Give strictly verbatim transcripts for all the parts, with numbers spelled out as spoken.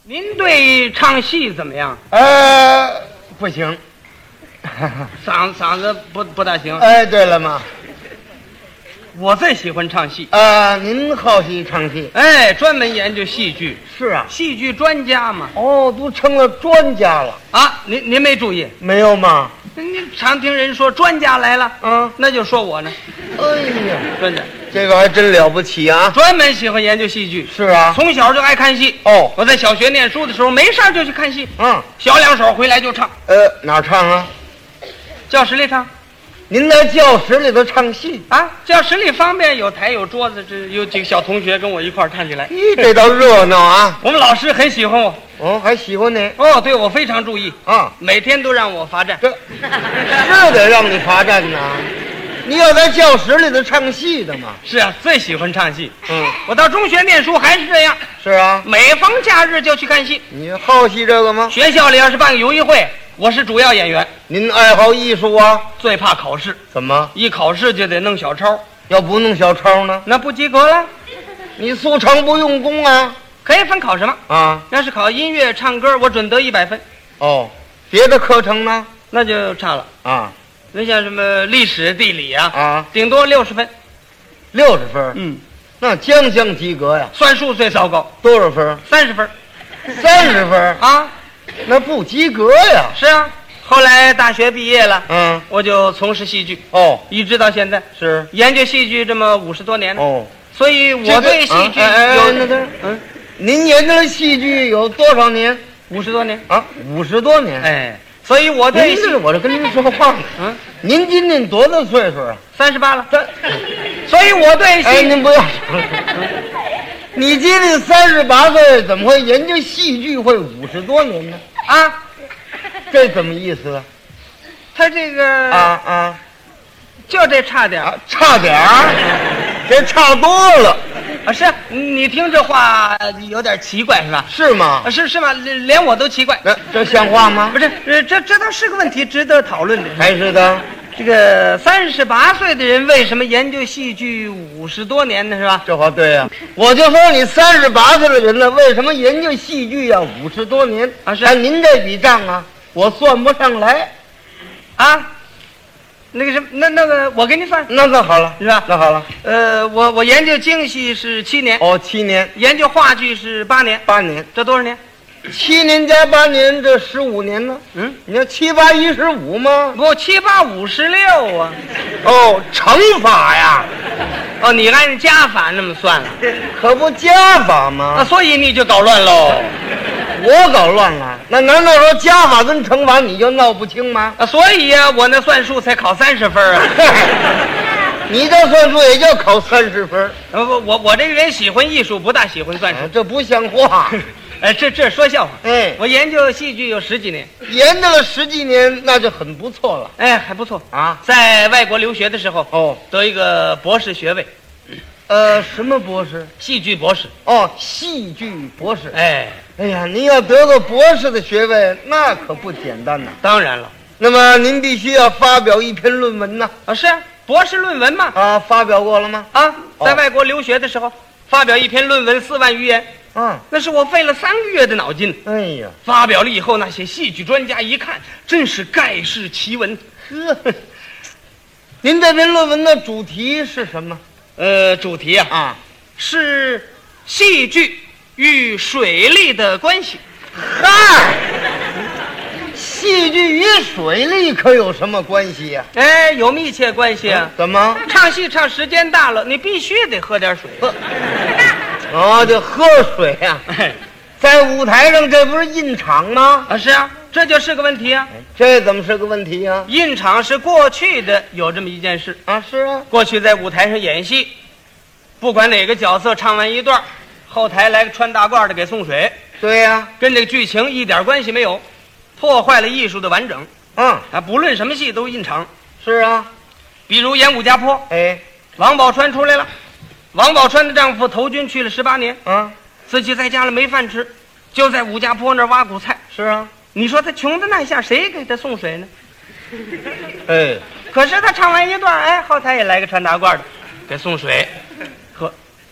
您对唱戏怎么样？ 呃，不行， 嗓嗓子不不大行。 哎，对了嘛， 我最喜欢唱戏。 呃，您好戏唱戏？ 哎，专门研究戏剧。 是啊， 戏剧专家嘛。 哦，都成了专家了啊！您您没注意？ 没有吗？ 您常听人说专家来了， 嗯， 那就说我呢。 哎呀， 真的， 这个还真了不起啊！ 专门喜欢研究戏剧。 是啊， 从小就爱看戏。 哦， 我在小学念书的时候，没事儿就去看戏。 嗯， 小两手回来就唱。 呃，哪儿唱啊？ 教室里唱。 您在教室里头唱戏啊？教室里方便，有台有桌子，这有几个小同学跟我一块儿唱起来。 咦，这倒热闹啊！ 我们老师很喜欢我。 哦，还喜欢你？ 哦，对我非常注意啊， 每天都让我罚站。 这是得让你罚站呐！你要在教室里头唱戏的嘛？ 是啊，最喜欢唱戏。 嗯， 我到中学念书还是这样。 是啊， 每逢假日就去看戏。 你好戏这个吗？ 学校里要是办个游艺会，我是主要演员。 您爱好艺术啊？ 最怕考试。 怎么？ 一考试就得弄小抄， 要不弄小抄呢？ 那不及格了。 你素常不用功啊？ 可以分考什么啊？ 要是考音乐、唱歌，我准得一百分。 哦，别的课程呢？ 那就差了啊。 那像什么历史、地理啊， 啊， 顶多六十分。 六十分？ 嗯， 那将将及格呀。 算术最糟糕， 多少分？ 三十分。 三十分啊？ 那不及格呀。 是啊。后来大学毕业了， 嗯， 我就从事戏剧。 哦， 一直到现在是研究戏剧这么五十多年了。 哦， 所以我对戏剧有、 啊、那个嗯，您研究了戏剧有多少年？ 五十多年啊，五十多年。 哎，所以我对戏， 我这跟您说话呢。 嗯， 您今年多大岁数啊？ 三十八了。这，所以我对戏， 哎，您不要。你今年三十八岁，怎么会研究戏剧会五十多年呢？ 啊？ 这怎么意思啊？ 他这个啊啊， 就这差点啊，差点儿，这差多了啊！是你听这话有点奇怪是吧？ 是吗？ 啊，是是吗？连我都奇怪。 那这像话吗？ 不是，这这这倒是个问题，值得讨论的。 还是的。 这个三十八岁的人为什么研究戏剧五十多年呢？是吧？ 这话对呀、啊。我就说你三十八岁的人了，为什么研究戏剧要五十多年啊？是按您这笔账啊，我算不上来啊。那个什么，那那个我给你算。 那那好了， 是吧？ 那好了。 呃，我我研究京戏是七年。 哦，七年。 研究话剧是八年。 八年， 这多少年？ 七年加八年，这十五年呢？ 嗯， 你要七八一十五吗？ 不，七八五十六啊。 哦，乘法呀。 哦，你按加法那么算了， 可不加法吗？ 啊，所以你就搞乱喽。 我搞乱了？那难道说加法跟乘法你就闹不清吗？ 啊，所以呀、啊，我那算术才考三十分啊。 你这算术也就考三十分？ 呃，我我我这个人喜欢艺术，不大喜欢算术， 啊、这不像话。 哎，这这说笑话。 哎， 我研究戏剧有十几年， 研究了十几年，那就很不错了。 哎，还不错啊。 在外国留学的时候， 哦， 得一个博士学位。 呃，什么博士？ 戏剧博士。 哦，戏剧博士。 哎， 哎呀，您要得个博士的学位，那可不简单呐。 当然了。 那么您必须要发表一篇论文呐。 啊，是啊，博士论文嘛。 啊，发表过了吗？ 啊，在外国留学的时候，哦、发表一篇论文四万余言。 嗯， 那是我费了三个月的脑筋。 哎呀， 发表了以后，那些戏剧专家一看，真是盖世奇闻。 呵，您这篇论文的主题是什么？ 呃，主题啊， 啊， 是戏剧与水利的关系。 嗨，戏剧与水利可有什么关系呀、 啊？哎，有密切关系啊。 嗯、怎么？ 唱戏唱时间大了，你必须得喝点水。 哦，就喝水呀、啊。在舞台上，这不是印场吗？ 啊，是啊，这就是个问题啊。 这怎么是个问题啊？ 印场是过去的，有这么一件事啊，是啊。 过去在舞台上演戏，不管哪个角色唱完一段，后台来个穿大褂的给送水。 对呀、啊， 跟这个剧情一点关系没有，破坏了艺术的完整。 嗯啊，不论什么戏都印场。 是啊， 比如演武家坡， 哎， 王宝钏出来了，王宝钏的丈夫投军去了十八年， 啊， 自己在家里没饭吃，就在武家坡那儿挖苦菜。 是啊， 你说他穷的那下，谁给他送水呢？ 哎， 可是他唱完一段，哎，后台也来个穿大褂的，给送水，喝。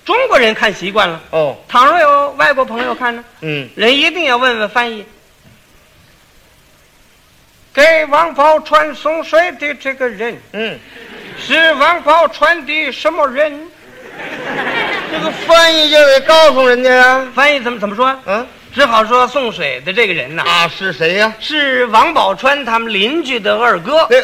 中国人看习惯了， 哦， 倘若有外国朋友看呢， 嗯， 人一定要问问翻译。给王宝钏送水的这个人， 嗯， 是王宝钏的什么人？ 这个翻译就得告诉人家呀。 翻译怎么怎么说？ 嗯， 只好说送水的这个人呐， 啊，是谁呀？ 是王宝钏他们邻居的二哥。 这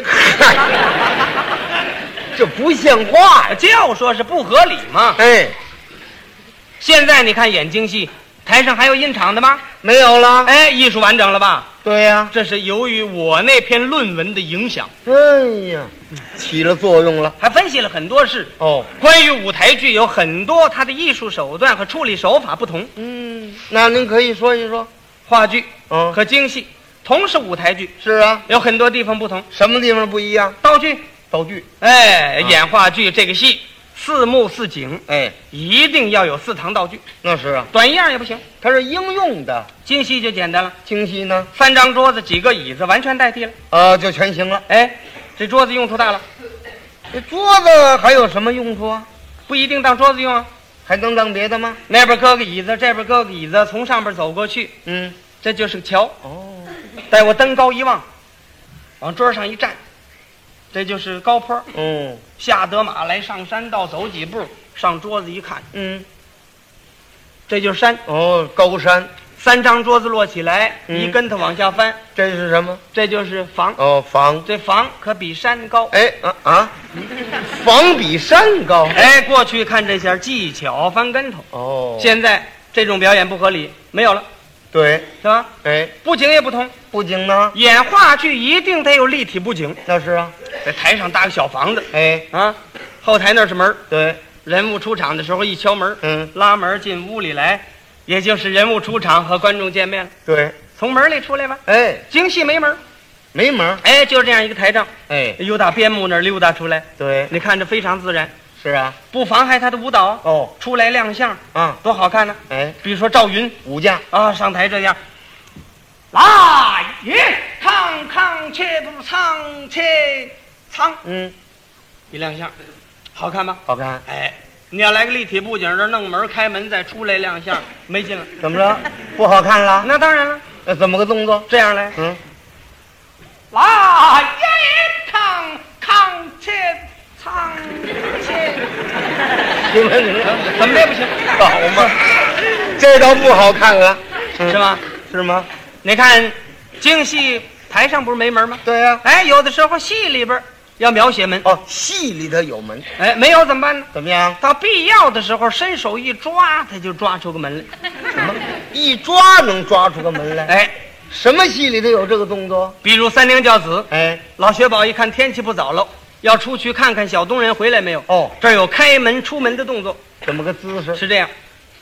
这不像话呀！ 就说是不合理嘛。 哎， 现在你看演京戏，台上还有印场的吗？ 没有了。 哎，艺术完整了吧？ 对呀。 这是由于我那篇论文的影响。 哎呀，起了作用了。 还分析了很多事。 哦， 关于舞台剧有很多它的艺术手段和处理手法不同。 嗯，那您可以说一说。 话剧嗯， 和京戏同是舞台剧， 是啊， 有很多地方不同。 什么地方不一样？ 道具， 道具。 哎， 啊演话剧这个戏四幕四景， 哎， 一定要有四堂道具， 那是啊， 短一样也不行。 它是应用的。 京戏就简单了， 京戏呢， 三张桌子几个椅子完全代替了。 呃，就全行了。 哎，这桌子用途大了， 这桌子还有什么用途啊？ 不一定当桌子用啊。 还能当别的吗？ 那边搁个椅子，这边搁个椅子，从上边走过去， 嗯， 这就是个桥。 哦， 待我登高一望，往桌上一站，这就是高坡。 哦， 下得马来，上山道走几步，上桌子一看， 嗯， 这就是山。 哦，高山， 三张桌子摞起来， 嗯一跟头往下翻， 这是什么？ 这就是房。 哦，房。 这房可比山高。 哎啊啊，房比山高。 哎，过去看这下技巧翻跟头， 哦， 现在这种表演不合理，没有了， 对， 是吧？ 哎， 布景也不同， 布景呢？ 演话剧一定得有立体布景， 那是啊。 在台上搭个小房子哎， 啊，后台那是门， 对， 人物出场的时候一敲门， 嗯， 拉门进屋里来，也就是人物出场和观众见面了。 对， 从门里出来吧。 哎， 京戏没门， 没门。 哎，就这样一个台账， 哎， 由打边幕那儿溜达出来， 对， 你看着非常自然， 是啊。 不妨害他的舞蹈。 哦， 出来亮相， 啊， 多好看呢！ 哎， 比如说赵云武将。 啊，上台这样，来也，康康且不唱且唱， 嗯， 一亮相，好看吧？ 好看。 哎，你要来个立体布景，这弄门开门再出来亮相，没劲了。 怎么着？不好看了？ 那当然了， 那怎么个动作？ 这样来， 嗯， 来也，康康且唱且， 行了行了， 怎么的不行？ 好嘛，这倒不好看了，嗯是吗？ 是吗？ 你看京戏台上不是没门吗？ 对呀。 哎，有的时候戏里边要描写门， 哦，戏里头有门， 哎，没有怎么办呢？ 怎么样？ 到必要的时候，伸手一抓，他就抓出个门来。 什么？一抓能抓出个门来？ 哎， 什么戏里头有这个动作？ 比如三娘教子， 哎， 老薛宝一看天气不早了，要出去看看小东人回来没有。 哦， 这儿有开门出门的动作， 怎么个姿势？ 是这样。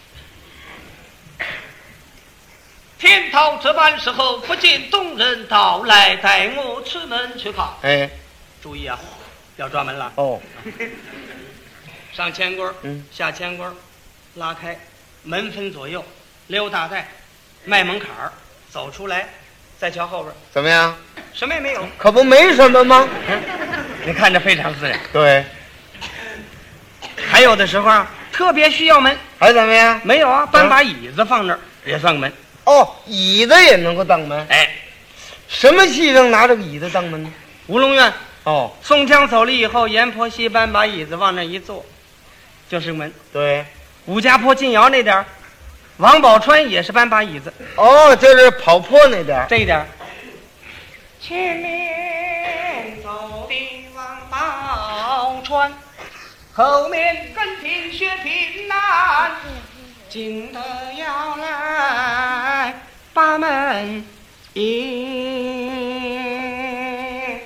天桃这般时候，不见东人到来，带我出门去看。 哎， 注意啊，要抓门了。 哦， 上前棍儿， 嗯， 下前棍儿，拉开，门分左右，溜大带，迈门槛儿，走出来，再瞧后边， 怎么样？ 什么也没有。 可不没什么吗？ 你看着非常自然。 对， 还有的时候啊，特别需要门， 还怎么样？ 没有啊，搬把椅子放那儿也算个门。 哦，椅子也能够当门？ 哎， 什么戏上拿这个椅子当门呢？ 吴龙院哦， 宋江走了以后，阎婆惜搬把椅子往那一坐，就是个门。 对， 武家坡进窑那点儿，王宝钏也是搬把椅子， 哦，就是跑坡那点儿。 这一点儿。前面走的王宝钏，后面跟听薛平南，进得要来把门迎。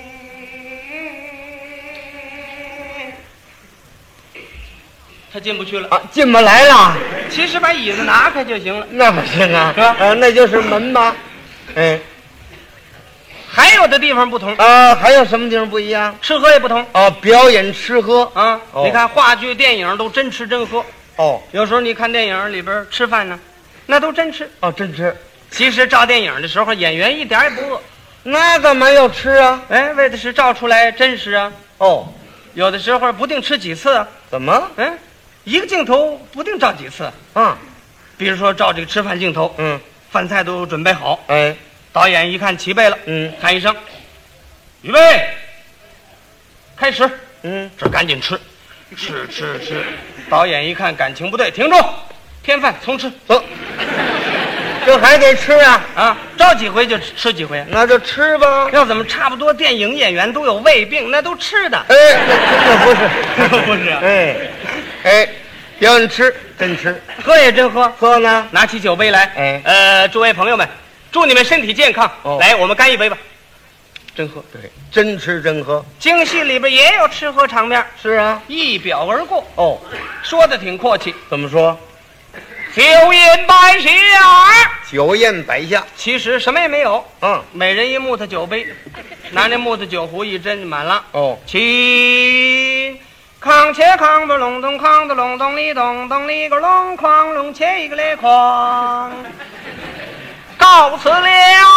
他进不去了， 啊，进不来了。 其实把椅子拿开就行了。 那不行啊， 是吧啊，那就是门吧。哎， 还有的地方不同， 啊，还有什么地方不一样？ 吃喝也不同啊，表演吃喝。 啊。 哦你看话剧、电影都真吃真喝。 哦， 有时候你看电影里边吃饭呢，那都真吃。 哦，真吃。 其实照电影的时候，演员一点也不饿， 那干嘛要吃啊？ 哎，为的是照出来真实啊。 哦， 有的时候不定吃几次啊。 怎么？ 嗯， 一个镜头不定照几次。 啊， 比如说照这个吃饭镜头， 嗯， 饭菜都准备好， 哎， 导演一看齐备了， 嗯， 喊一声，预备，开始， 嗯， 这赶紧吃，吃吃吃。导演一看感情不对，停住，添饭重吃。 走，这还得吃啊？ 啊，照几回就吃吃几回。 那就吃吧。 要怎么差不多？电影演员都有胃病，那都吃的。 哎，那不是， 不是哎，哎，表演吃，真吃， 喝也真喝。 喝呢？ 拿起酒杯来， 哎， 呃，诸位朋友们，祝你们身体健康。 哦来，我们干一杯吧。真喝。 对，真吃真喝。 京戏里边也有吃喝场面， 是啊。 一表而过。 哦， 说的挺阔气。 怎么说？ 酒宴摆下， 酒宴摆下， 其实什么也没有。 嗯， 每人一木头酒杯，拿那木头酒壶一斟满了。 哦， 起，康切康不隆咚，康的隆咚里咚咚里个隆哐隆切一个嘞哐，告辞了。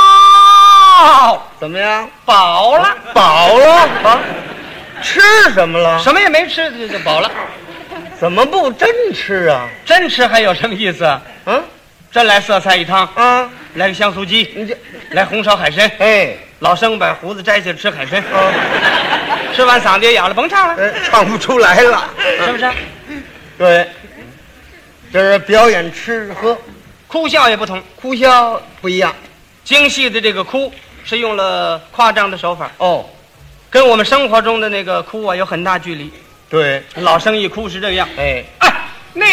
怎么样？ 饱了， 饱了啊？吃什么了？ 什么也没吃就就饱了。 怎么不真吃啊？ 真吃还有什么意思啊？ 嗯， 真来色菜一汤， 啊， 来个香酥鸡， 你这， 来红烧海参。 哎， 老生把胡子摘下吃海参， 啊， 吃完嗓子也哑了，甭唱了， 哎，唱不出来了， 是不是？ 对，这是表演吃喝， 哭笑也不同， 哭笑不一样。 京戏的这个哭是用了夸张的手法， 哦， 跟我们生活中的那个哭啊有很大距离。 对， 老生一哭是这样， 哎， 哎，娘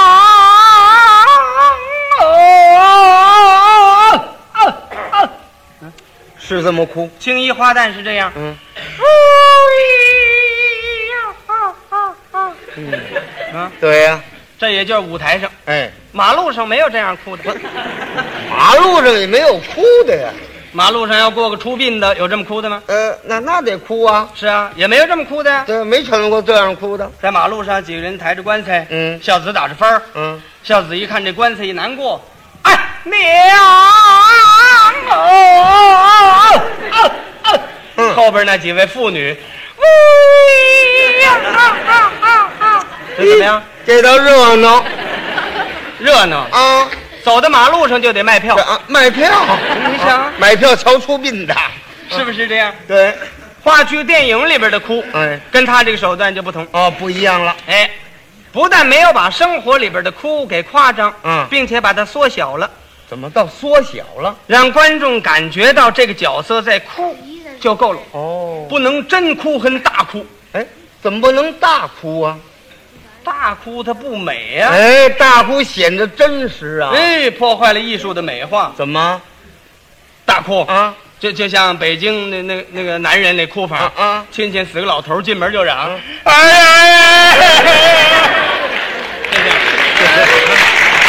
哦， 是这么哭。 青衣花旦是这样， 嗯，嗯， 啊， 对呀、 这也就是舞台上， 哎， 马路上没有这样哭的。 马路上也没有哭的呀。 马路上要过个出殡的，有这么哭的吗？ 呃，那那得哭啊。 是啊，也没有这么哭的呀。 对，没瞅见过这样哭的。 在马路上，几个人抬着棺材， 嗯孝子打着幡儿， 嗯， 孝子一看这棺材一难过，哎，娘哦哦哦哦， 嗯后边那几位妇女，哎呀啊啊啊啊，这怎么样？ 这倒热闹热闹， 啊！ 走到马路上就得卖票这，啊，卖票， 你想啊买票瞧出殡的， 是不是这样？ 对， 话剧、电影里边的哭， 哎， 跟他这个手段就不同。 哦，不一样了。 哎，不但没有把生活里边的哭给夸张， 嗯并且把它缩小了， 怎么到缩小了？ 让观众感觉到这个角色在哭就够了， 哦， 不能真哭和大哭。 哎，怎么不能大哭啊？ 大哭它不美呀、 哎，大哭显得真实啊。 哎，破坏了艺术的美化。 怎么大哭， 啊？ 就就像北京那那那个男人那哭法啊啊亲戚死个老头进门就嚷， 嗯哎呀哎呀！就这样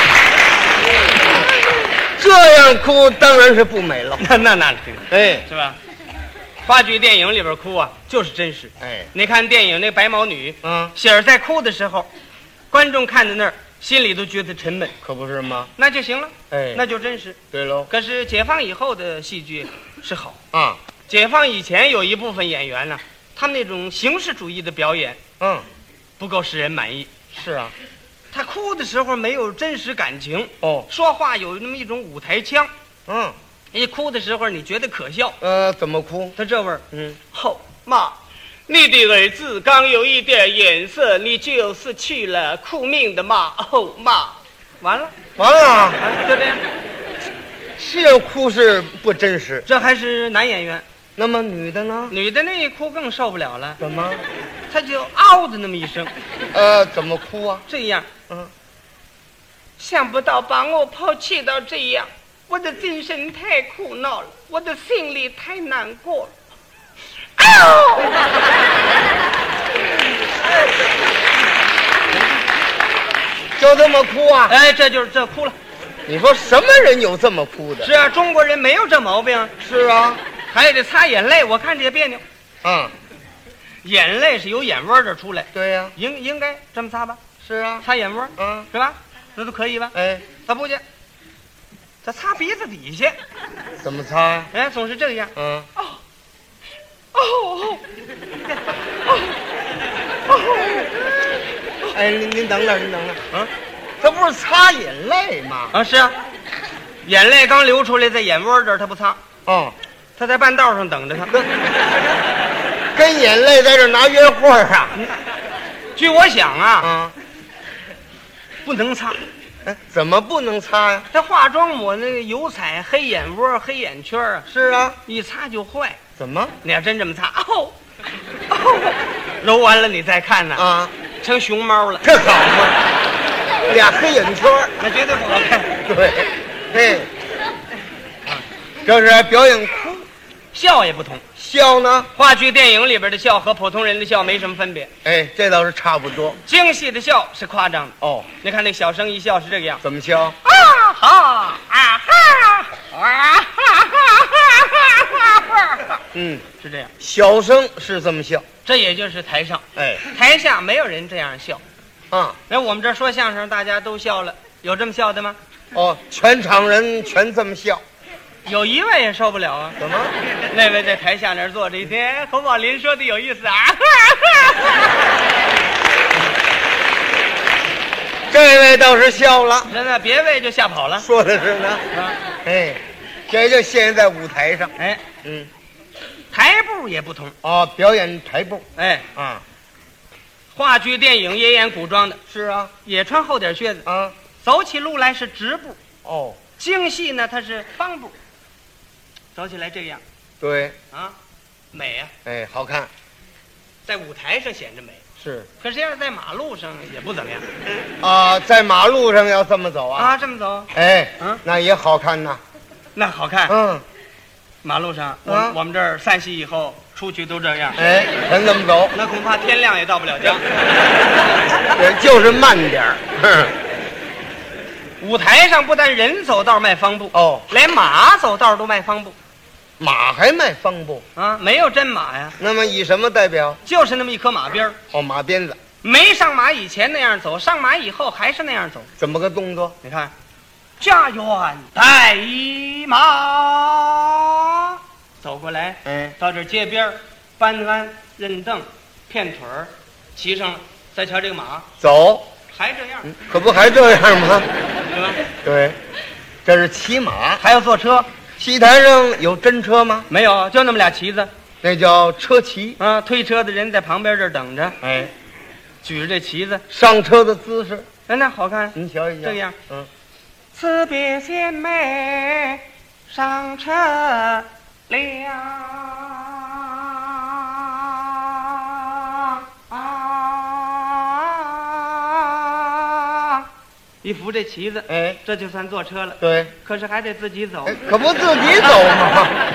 这样哭当然是不美了。 那那那哎是吧？话剧、电影里边哭啊，就是真实。 哎， 你看电影那白毛女， 嗯， 喜儿在哭的时候，观众看在那儿，心里都觉得沉闷， 可不是吗？ 那就行了， 哎， 那就真实。 对喽。 可是解放以后的戏剧是好， 啊， 解放以前有一部分演员呢，他们那种形式主义的表演嗯， 不够使人满意。 是啊。 他哭的时候没有真实感情， 哦， 说话有那么一种舞台腔， 嗯， 一哭的时候你觉得可笑， 呃，怎么哭？ 他这味儿。 嗯， 后妈，你的儿子刚有一点颜色，你就是去了哭命的妈。后妈，完了， 完了， 啊，就这样。 这哭是不真实。 这还是男演员， 那么女的呢？ 女的那一哭更受不了了， 怎么？ 她就嗷的那么一声， 呃，怎么哭啊？ 这样， 嗯， 想不到把我抛弃到这样，我的精神太苦恼了，我的心里太难过了。嗷！ 就这么哭啊？ 哎，这就是这哭了。 你说什么人有这么哭的？ 是啊，中国人没有这毛病， 是啊， 还得擦眼泪，我看着也别扭。 嗯， 眼泪是由眼窝这出来， 对呀、 应应该这么擦吧？ 是啊， 擦眼窝， 嗯， 是吧？那都可以吧？ 哎， 他不去，他擦鼻子底下， 怎么擦呀、 哎，总是这样。 嗯， 哦哦哦哦哎，您您等等，您等等， 啊这不是擦眼泪吗？ 啊，是啊，眼泪刚流出来，在眼窝这儿，他不擦， 哦， 他在半道上等着他。 跟眼泪在这拿约会啊？ 据我想啊， 啊， 不能擦。 哎，怎么不能擦呀？ 他化妆抹那个油彩，黑眼窝、黑眼圈啊， 是啊， 一擦就坏。 怎么你要真这么擦，哦，哦揉完了你再看呢， 啊？ 成熊猫了， 这好吗？俩黑眼圈儿， 那绝对不好看。 对，嘿，这是表演哭， 笑也不同， 笑呢？ 话剧、电影里边的笑和普通人的笑没什么分别。 哎，这倒是差不多。 京戏的笑是夸张的， 哦， 你看那小生一笑是这个样， 怎么笑？ 啊哈啊哈啊哈哈哈， 嗯， 是这样。 小生是这么笑。 这也就是台上， 哎， 台下没有人这样笑。 啊， 那我们这说相声，大家都笑了，有这么笑的吗？ 哦，全场人全这么笑， 有一位也受不了啊。 怎么？ 那位在台下那儿坐着一天，侯宝林说的有意思啊。 这位倒是笑了， 真的，别位就吓跑了。 说的是呢。 啊， 哎，这就现在舞台上。 哎， 嗯， 台步也不同。 哦，表演台步哎， 啊。 话剧、电影也演古装的， 是啊， 也穿厚点靴子， 啊， 走起路来是直步。 哦， 京戏呢，它是方步，走起来这个样对， 啊，美啊， 哎，好看， 在舞台上显着美。 是可是要是在马路上也不怎么样啊，在马路上要这么走啊， 啊，这么走， 哎， 嗯那也好看呐， 那好看。 嗯， 马路上，我啊们我们这儿散戏以后出去都这样， 哎，全这么走， 那恐怕天亮也到不了家。 对，就是慢点儿，哼舞台上不但人走道迈方步， 哦， 连马走道都迈方步马还卖方步， 啊，没有真马呀， 那么以什么代表？ 就是那么一颗马鞭儿， 哦，马鞭子， 没上马以前那样走，上马以后还是那样走。 怎么个动作？ 你看，家园带一马，走过来， 哎， 到这街边儿搬鞍认凳片腿儿，骑上了，再瞧这个马走， 还这样， 嗯可不还这样吗？ 对吧？ 对，这是骑马。 还要坐车， 戏台上有真车吗？ 没有，就那么俩旗子那叫车骑。 啊，推车的人在旁边这儿等着， 哎， 举着这旗子， 上车的姿势， 哎，那好看。 您瞧一瞧。 这个样， 嗯， 辞别贤妹上车了。一扶这旗子， 哎， 这就算坐车了。 对， 可是还得自己走哎，可不自己走吗？